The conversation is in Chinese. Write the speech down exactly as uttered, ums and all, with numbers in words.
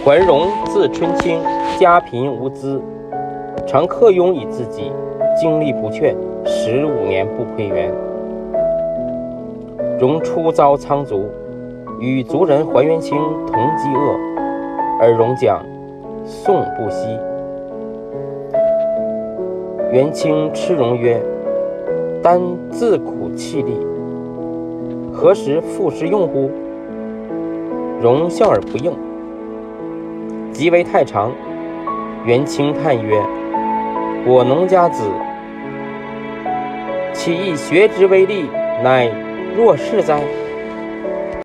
桓荣字春清，家贫无资，常客庸以自己，精力不劝，十五年不窥园。荣初遭苍族，与族人桓元清同饥饿，而荣讲宋不息。元清斥荣曰：丹自苦气力，何时复施用乎？荣笑而不应。即为太常，元清叹曰：我农家子，岂以学之为利，乃若是哉？